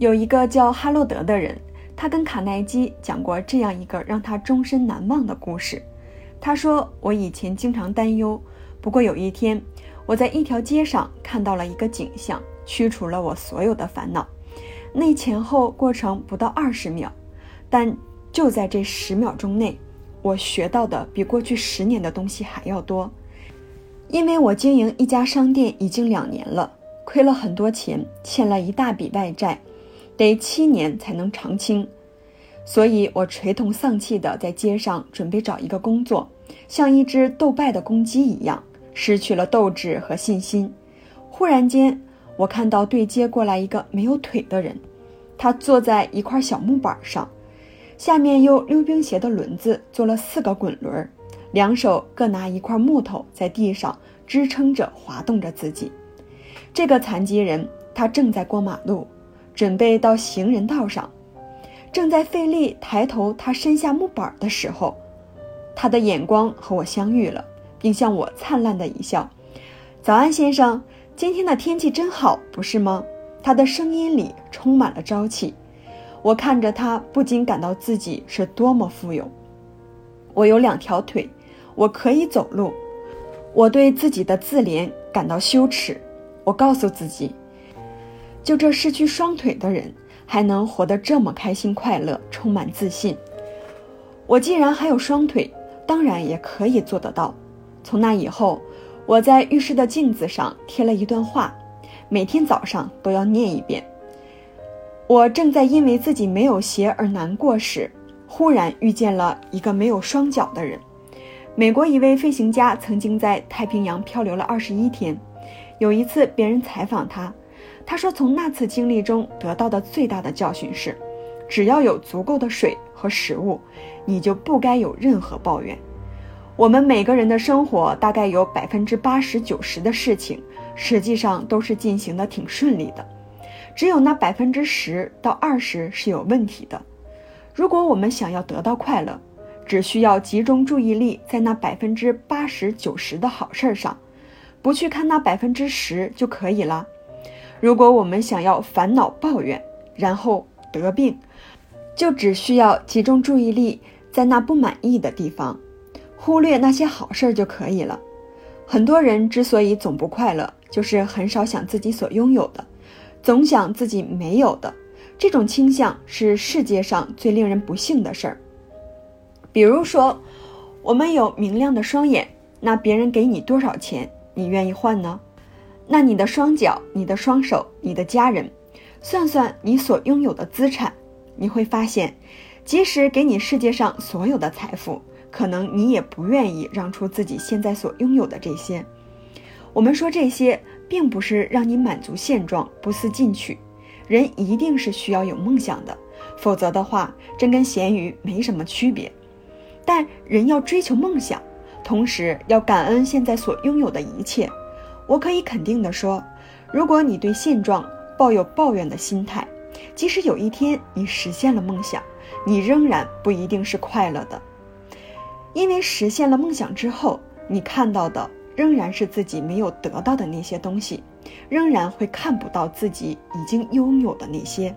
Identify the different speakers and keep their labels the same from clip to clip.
Speaker 1: 有一个叫哈洛德的人，他跟卡耐基讲过这样一个让他终身难忘的故事。他说，我以前经常担忧，不过有一天我在一条街上看到了一个景象，驱除了我所有的烦恼。那前后过程不到20秒，但就在这10秒钟内，我学到的比过去10年的东西还要多。因为我经营一家商店已经2年了，亏了很多钱，欠了一大笔外债，得7年才能偿清。所以我垂头丧气地在街上准备找一个工作，像一只斗败的公鸡一样，失去了斗志和信心。忽然间，我看到对街过来一个没有腿的人，他坐在一块小木板上，下面用溜冰鞋的轮子做了4个滚轮，两手各拿一块木头，在地上支撑着滑动着自己。这个残疾人他正在过马路，准备到行人道上，正在费力抬头他身下木板的时候，他的眼光和我相遇了，并向我灿烂的一笑。早安先生，今天的天气真好，不是吗？他的声音里充满了朝气。我看着他，不禁感到自己是多么富有。我有2条腿，我可以走路。我对自己的自怜感到羞耻。我告诉自己，就这失去双腿的人还能活得这么开心快乐，充满自信。我既然还有双腿，当然也可以做得到。从那以后，我在浴室的镜子上贴了一段话，每天早上都要念一遍。我正在因为自己没有鞋而难过时，忽然遇见了一个没有双脚的人。美国一位飞行家曾经在太平洋漂流了21天。有一次别人采访他，他说从那次经历中得到的最大的教训是，只要有足够的水和食物，你就不该有任何抱怨。我们每个人的生活大概有80%-90%的事情实际上都是进行的挺顺利的，只有那10%到20%是有问题的。如果我们想要得到快乐，只需要集中注意力在那80%-90%的好事上，不去看那10%就可以了。如果我们想要烦恼抱怨，然后得病，就只需要集中注意力在那不满意的地方，忽略那些好事就可以了。很多人之所以总不快乐，就是很少想自己所拥有的，总想自己没有的。这种倾向是世界上最令人不幸的事儿。比如说，我们有明亮的双眼，那别人给你多少钱，你愿意换呢？那你的双脚，你的双手，你的家人，算算你所拥有的资产，你会发现，即使给你世界上所有的财富，可能你也不愿意让出自己现在所拥有的这些。我们说这些，并不是让你满足现状，不思进取。人一定是需要有梦想的，否则的话，真跟咸鱼没什么区别。但人要追求梦想，同时要感恩现在所拥有的一切。我可以肯定地说，如果你对现状抱有抱怨的心态，即使有一天你实现了梦想，你仍然不一定是快乐的。因为实现了梦想之后，你看到的仍然是自己没有得到的那些东西，仍然会看不到自己已经拥有的那些。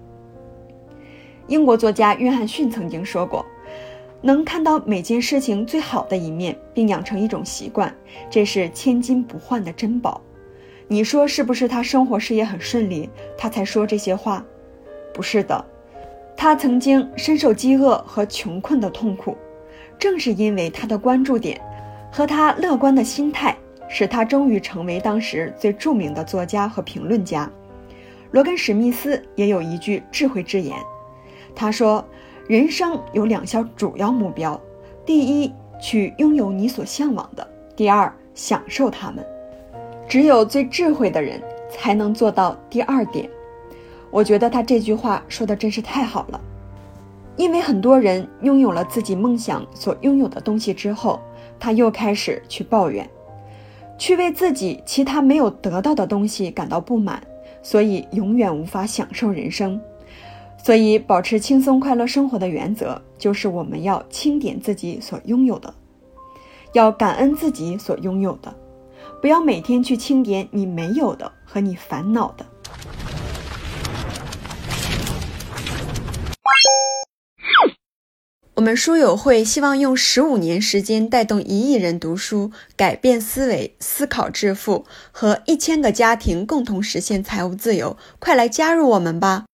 Speaker 1: 英国作家约翰逊曾经说过，能看到每件事情最好的一面，并养成一种习惯，这是千金不换的珍宝。你说是不是他生活事业很顺利，他才说这些话？不是的，他曾经深受饥饿和穷困的痛苦，正是因为他的关注点和他乐观的心态，使他终于成为当时最著名的作家和评论家。罗根·史密斯也有一句智慧之言，他说，人生有2项主要目标，第一，去拥有你所向往的；第二，享受它们。只有最智慧的人才能做到第2点。我觉得他这句话说的真是太好了。因为很多人拥有了自己梦想所拥有的东西之后，他又开始去抱怨，去为自己其他没有得到的东西感到不满，所以永远无法享受人生。所以保持轻松快乐生活的原则，就是我们要清点自己所拥有的，要感恩自己所拥有的，不要每天去清点你没有的和你烦恼的。 我们书友会希望用15年时间带动1亿人读书，改变思维，思考致富，和1000个家庭共同实现财务自由。快来加入我们吧！